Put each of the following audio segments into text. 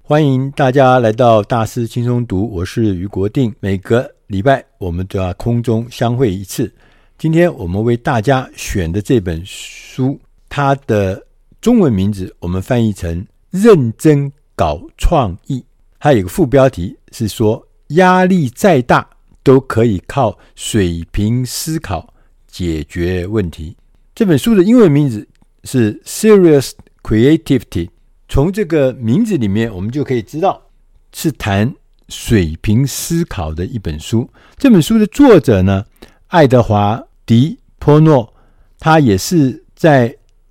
欢迎大家来到大师轻松读，我是余国定。每个礼拜我们都要空中相会一次。今天我们为大家选的这本书，它的中文名字我们翻译成认真搞创意。它有个副标题是说，压力再大都可以靠水平思考解决问题。这本书的英文名字是 Serious Creativity。从这个名字里面我们就可以知道是谈水平思考的一本书。这本书的作者呢，爱德华·迪波诺，他也是在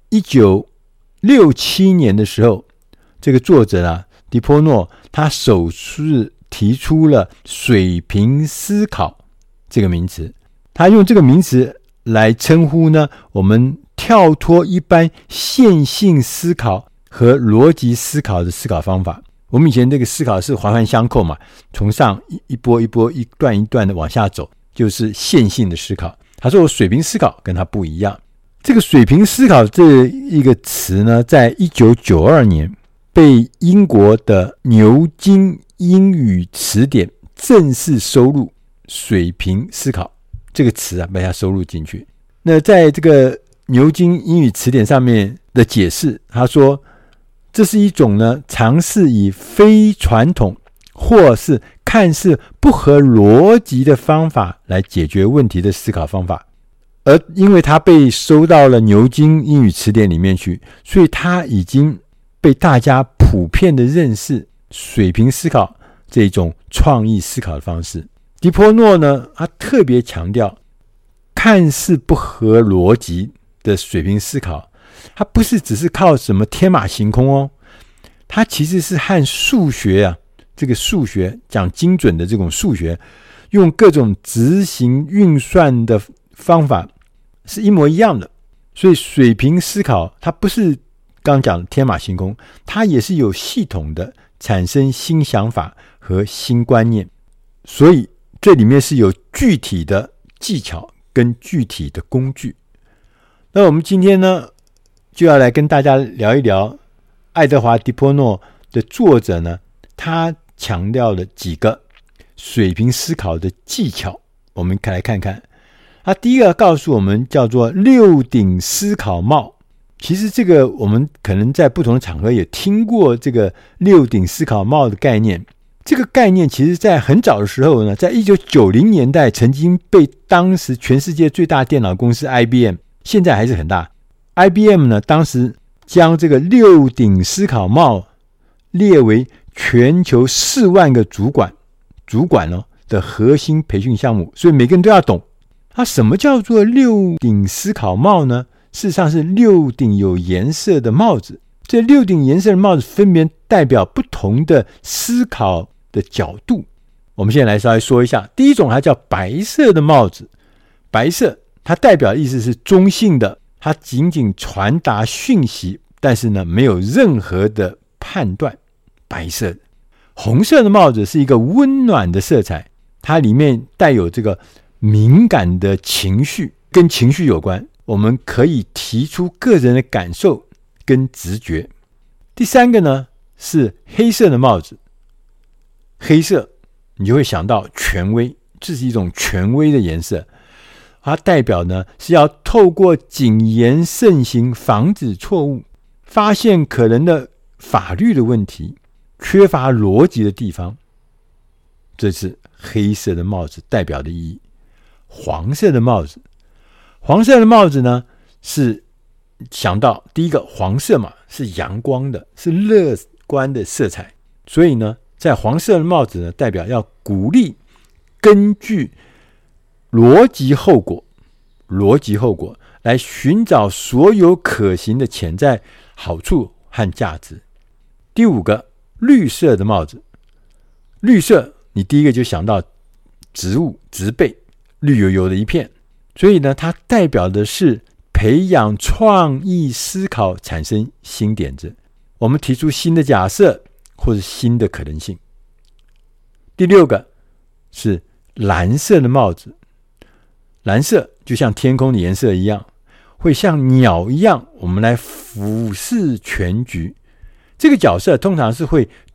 1967年的时候，这个作者啊，迪波诺他首次提出了水平思考这个名词。他用这个名词来称呼呢，我们跳脱一般线性思考和逻辑思考的思考方法。我们以前这个思考是环环相扣嘛，从上一波一波一段一段的往下走，就是线性的思考。他说我水平思考跟他不一样。这个水平思考这一个词呢，在1992年被英国的牛津英语词典正式收录水平思考这个词啊，被它收录进去。那在这个牛津英语词典上面的解释，他说这是一种呢，尝试以非传统或是看似不合逻辑的方法来解决问题的思考方法。而因为它被收到了牛津英语词典里面去，所以它已经被大家普遍的认识水平思考这种创意思考的方式。迪波诺呢，他特别强调看似不合逻辑的水平思考，它不是只是靠什么天马行空哦，它其实是和数学啊，这个数学讲精准的这种数学，用各种执行运算的方法是一模一样的。所以水平思考它不是刚讲的天马行空，它也是有系统的产生新想法和新观念。所以这里面是有具体的技巧跟具体的工具。那我们今天呢，就要来跟大家聊一聊爱德华·迪波诺的作者呢，他强调了几个水平思考的技巧。我们来看看。他第一个告诉我们叫做六顶思考帽。其实这个我们可能在不同的场合也听过这个六顶思考帽的概念。这个概念其实在很早的时候呢，在1990年代曾经被当时全世界最大电脑公司 IBM， 现在还是很大。IBM 呢，当时将这个六顶思考帽列为全球4万个主管的核心培训项目，所以每个人都要懂。它什么叫做六顶思考帽呢？事实上是六顶有颜色的帽子。这六顶颜色的帽子分别代表不同的思考的角度。我们现在来稍微说一下。第一种它叫白色的帽子。白色它代表的意思是中性的，它仅仅传达讯息，但是呢没有任何的判断。白色的。红色的帽子是一个温暖的色彩，它里面带有这个敏感的情绪，跟情绪有关，我们可以提出个人的感受跟直觉。第三个呢是黑色的帽子。黑色你就会想到权威，这是一种权威的颜色，它代表呢是要透过谨言慎行防止错误，发现可能的法律的问题，缺乏逻辑的地方。这是黑色的帽子代表的意义。黄色的帽子。黄色的帽子呢，是想到第一个黄色嘛，是阳光的，是乐观的色彩。所以呢，在黄色的帽子呢，代表要鼓励根据逻辑后果来寻找所有可行的潜在好处和价值。第五个，绿色的帽子。绿色你第一个就想到植物植被，绿油油的一片，所以呢它代表的是培养创意思考，产生新点子，我们提出新的假设或者新的可能性。第六个是蓝色的帽子。蓝色就像天空的颜色一样，会像鸟一样，我们来俯视全局。这个角色通常是会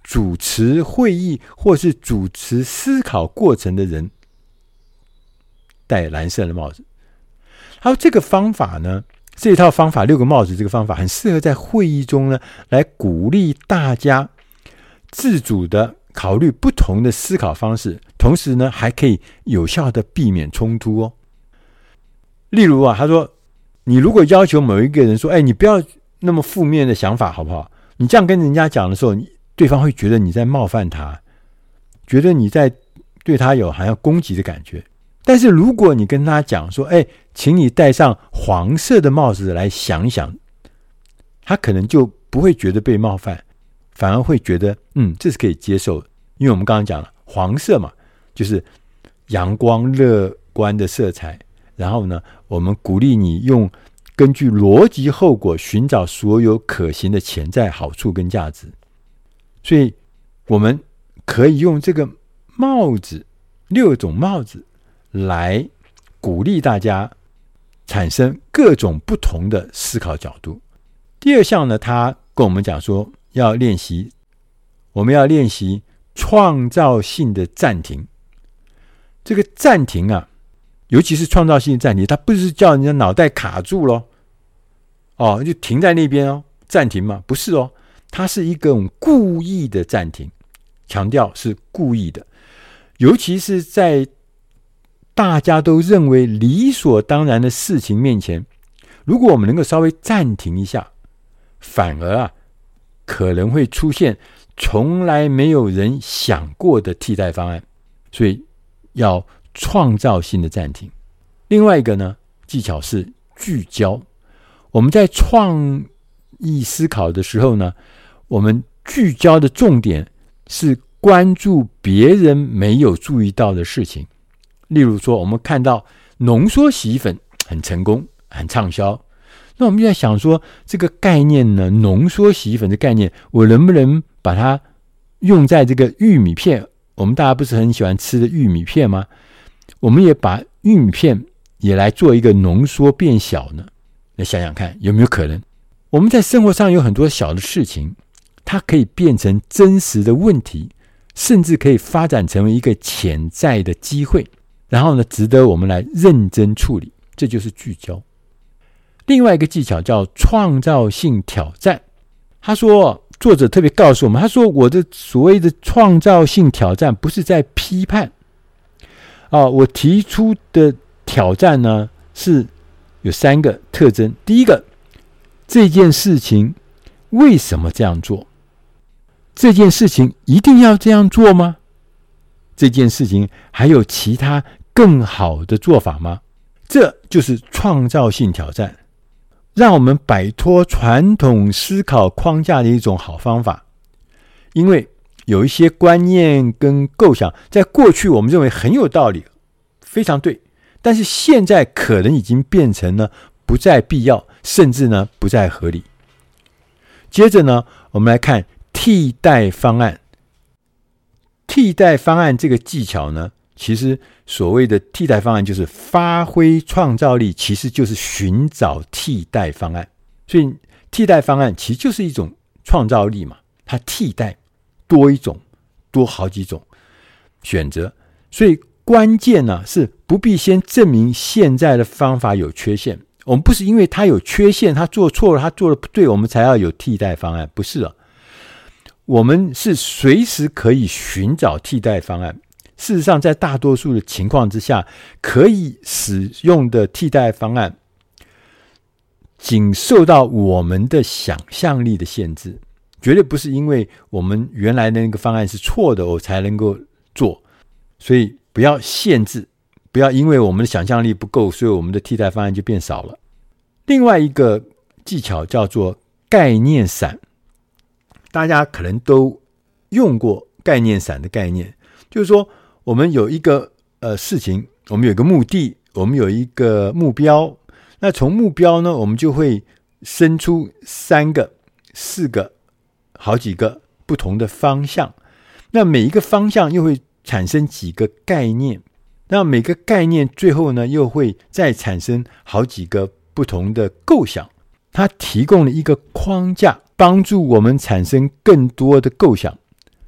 主持会议或是主持思考过程的人戴蓝色的帽子。还有这个方法呢，这一套方法6个帽子这个方法很适合在会议中呢，来鼓励大家自主的考虑不同的思考方式，同时呢还可以有效的避免冲突哦。例如啊，他说你如果要求某一个人说，你不要那么负面的想法好不好？你这样跟人家讲的时候，对方会觉得你在冒犯他，觉得你在对他有好像攻击的感觉。但是如果你跟他讲说，请你戴上黄色的帽子来想一想，他可能就不会觉得被冒犯，反而会觉得这是可以接受的。因为我们刚刚讲了黄色嘛，就是阳光乐观的色彩，然后呢我们鼓励你根据逻辑后果寻找所有可行的潜在好处跟价值。所以我们可以用这个帽子6种帽子来鼓励大家产生各种不同的思考角度。第二项呢，他跟我们讲说我们要练习创造性的暂停。这个暂停啊，尤其是创造性的暂停，它不是叫人家脑袋卡住咯，就停在那边暂停嘛，不是它是一种故意的暂停，强调是故意的。尤其是在大家都认为理所当然的事情面前，如果我们能够稍微暂停一下，反而可能会出现从来没有人想过的替代方案。所以要创造性的暂停。另外一个呢，技巧是聚焦。我们在创意思考的时候呢，我们聚焦的重点是关注别人没有注意到的事情。例如说，我们看到浓缩洗衣粉很成功，很畅销，那我们就在想说，这个概念呢，浓缩洗衣粉的概念，我能不能把它用在这个玉米片？我们大家不是很喜欢吃的玉米片吗？我们也把玉米片也来做一个浓缩变小呢？来想想看有没有可能。我们在生活上有很多小的事情，它可以变成真实的问题，甚至可以发展成为一个潜在的机会，然后呢，值得我们来认真处理。这就是聚焦。另外一个技巧叫创造性挑战。他说，作者特别告诉我们，他说我的所谓的创造性挑战不是在批判我提出的挑战呢是有3个特征。第一个，这件事情为什么这样做？这件事情一定要这样做吗？这件事情还有其他更好的做法吗？这就是创造性挑战，让我们摆脱传统思考框架的一种好方法。因为有一些观念跟构想，在过去我们认为很有道理，非常对，但是现在可能已经变成了不再必要，甚至呢不再合理。接着呢，我们来看替代方案。替代方案这个技巧呢，其实所谓的替代方案就是发挥创造力，其实就是寻找替代方案。所以替代方案其实就是一种创造力嘛，它替代多一种，多好几种选择。所以关键呢是不必先证明现在的方法有缺陷。我们不是因为它有缺陷，它做错了，它做的不对，我们才要有替代方案，不是啊。我们是随时可以寻找替代方案。事实上，在大多数的情况之下，可以使用的替代方案仅受到我们的想象力的限制，绝对不是因为我们原来的那个方案是错的，我才能够做。所以不要限制，不要因为我们的想象力不够，所以我们的替代方案就变少了。另外一个技巧叫做概念伞。大家可能都用过概念伞的概念，就是说我们有一个事情，我们有一个目的，我们有一个目标，那从目标呢，我们就会生出3个、4个、好几个不同的方向，那每一个方向又会产生几个概念，那每个概念最后呢，又会再产生好几个不同的构想。它提供了一个框架，帮助我们产生更多的构想，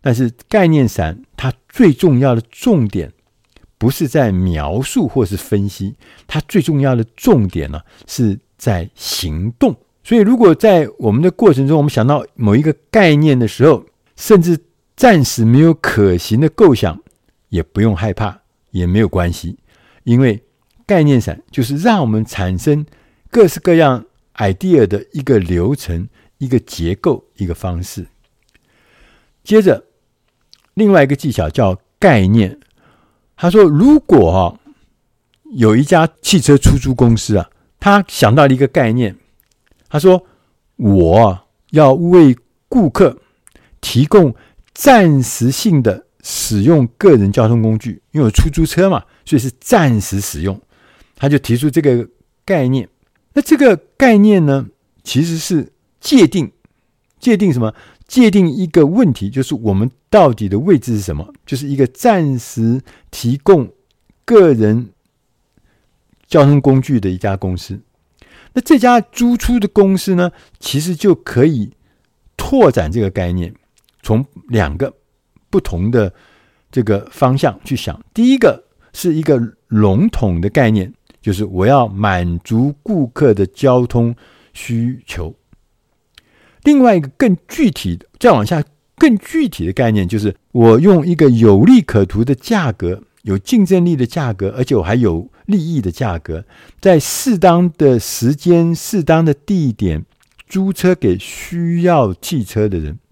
但是概念散它最重要的重点不是在描述或是分析，它最重要的重点呢是在行动。所以如果在我们的过程中，我们想到某一个概念的时候，甚至暂时没有可行的构想，也不用害怕，也没有关系，因为概念散就是让我们产生各式各样 idea 的一个流程、一个结构、一个方式。接着另外一个技巧叫概念。他说如果有一家汽车出租公司他想到了一个概念，他说我要为顾客提供暂时性的使用个人交通工具，因为有出租车嘛，所以是暂时使用。他就提出这个概念。那这个概念呢，其实是界定什么？界定一个问题，就是我们到底的位置是什么？就是一个暂时提供个人交通工具的一家公司。那这家租出的公司呢，其实就可以拓展这个概念，从两个不同的这个方向去想。第一个是一个笼统的概念，就是我要满足顾客的交通需求。另外一个更具体的，再往下更具体的概念，就是我用一个有利可图的价格，有竞争力的价格，而且我还有利益的价格，在适当的时间、适当的地点租车给需要汽车的人。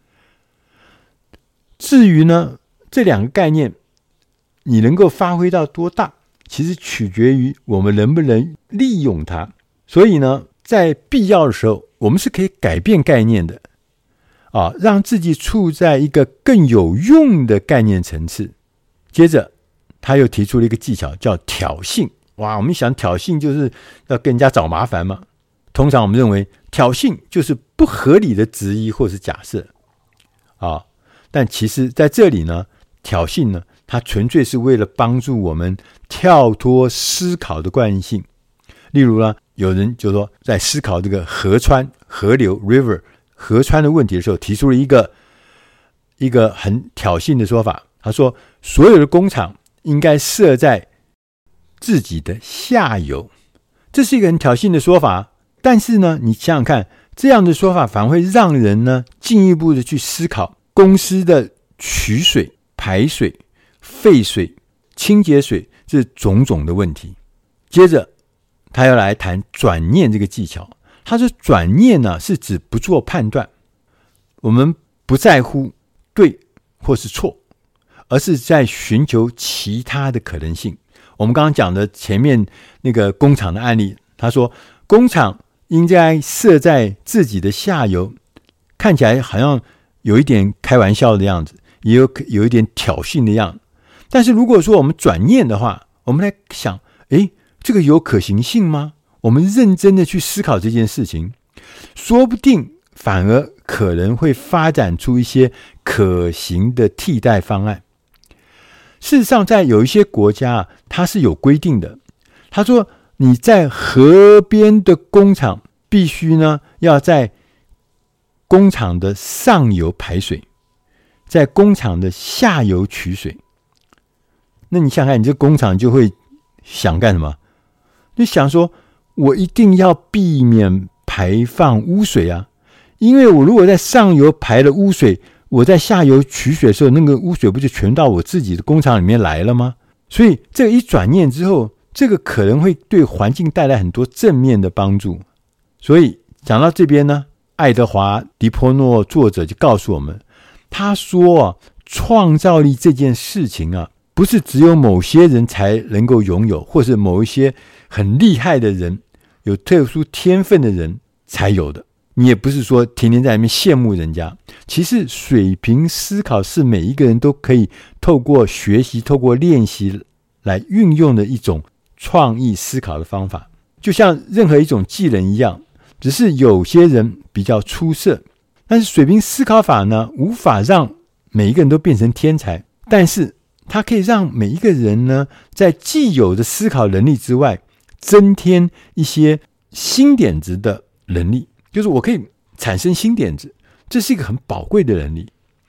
至于呢，这两个概念你能够发挥到多大，其实取决于我们能不能利用它。所以呢，在必要的时候，我们是可以改变概念的让自己处在一个更有用的概念层次。接着他又提出了一个技巧叫挑衅。我们想挑衅就是要跟人家找麻烦嘛。通常我们认为挑衅就是不合理的质疑或是假设但其实在这里呢，挑衅呢，它纯粹是为了帮助我们跳脱思考的惯性。例如呢，有人就说在思考这个河川、河流 river 河川的问题的时候，提出了一个很挑衅的说法。他说所有的工厂应该设在自己的下游。这是一个很挑衅的说法，但是呢，你想想看，这样的说法反而会让人呢进一步的去思考公司的取水、排水、废水、清洁水这种种的问题。接着他要来谈转念这个技巧。他说转念呢，是指不做判断，我们不在乎对或是错，而是在寻求其他的可能性。我们刚刚讲的前面那个工厂的案例，他说工厂应该设在自己的下游，看起来好像有一点开玩笑的样子，也有一点挑衅的样子。但是如果说我们转念的话，我们来想，这个有可行性吗？我们认真的去思考这件事情，说不定反而可能会发展出一些可行的替代方案。事实上，在有一些国家它是有规定的。他说你在河边的工厂必须呢要在工厂的上游排水，在工厂的下游取水。那你想想看，你这工厂就会想干什么？就想说我一定要避免排放污水啊，因为我如果在上游排了污水，我在下游取水的时候，那个污水不就全到我自己的工厂里面来了吗？所以这个一转念之后，这个可能会对环境带来很多正面的帮助。所以讲到这边呢，爱德华·迪波诺作者就告诉我们，他说创造力这件事情不是只有某些人才能够拥有，或是某一些很厉害的人、有特殊天分的人才有的。你也不是说天天在那边羡慕人家。其实水平思考是每一个人都可以透过学习、透过练习来运用的一种创意思考的方法。就像任何一种技能一样，只是有些人比较出色。但是水平思考法呢，无法让每一个人都变成天才，但是它可以让每一个人呢，在既有的思考能力之外，增添一些新点子的能力。就是我可以产生新点子，这是一个很宝贵的能力。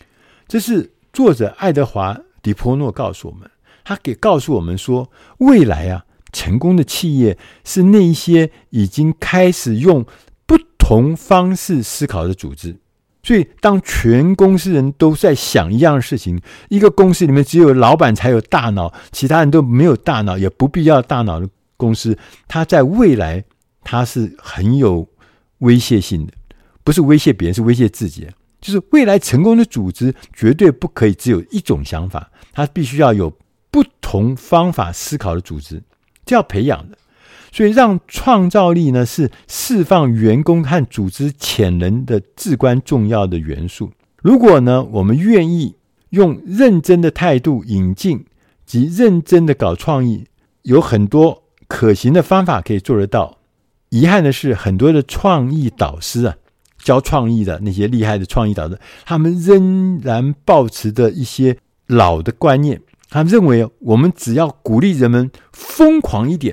这是作者爱德华·迪波诺告诉我们，他告诉我们说，未来啊，成功的企业是那一些已经开始用不同方式思考的组织。所以当全公司人都在想一样的事情，一个公司里面只有老板才有大脑，其他人都没有大脑，也不必要大脑的公司，它在未来它是很有威胁性的，不是威胁别人，是威胁自己。就是未来成功的组织绝对不可以只有一种想法，它必须要有不同方法思考的组织，这要培养的。所以让创造力呢，是释放员工和组织潜能的至关重要的元素。如果呢，我们愿意用认真的态度引进及认真的搞创意，有很多可行的方法可以做得到。遗憾的是，很多的创意导师啊，教创意的那些厉害的创意导师，他们仍然抱持的一些老的观念，他们认为我们只要鼓励人们疯狂一点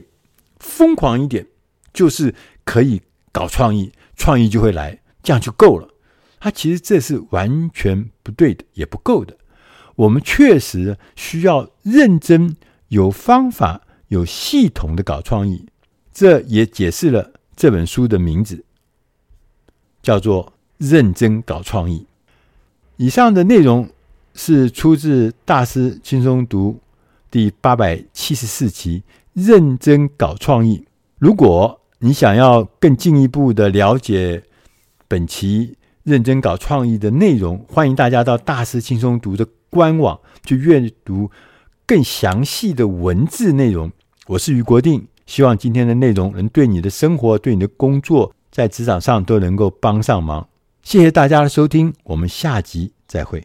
就是可以搞创意，创意就会来，这样就够了。其实这是完全不对的，也不够的。我们确实需要认真、有方法、有系统的搞创意。这也解释了这本书的名字，叫做《认真搞创意》。以上的内容是出自大师轻松读第874期认真搞创意。如果你想要更进一步的了解本期认真搞创意的内容，欢迎大家到大师轻松读的官网去阅读更详细的文字内容。我是余国定，希望今天的内容能对你的生活、对你的工作、在职场上都能够帮上忙。谢谢大家的收听，我们下集再会。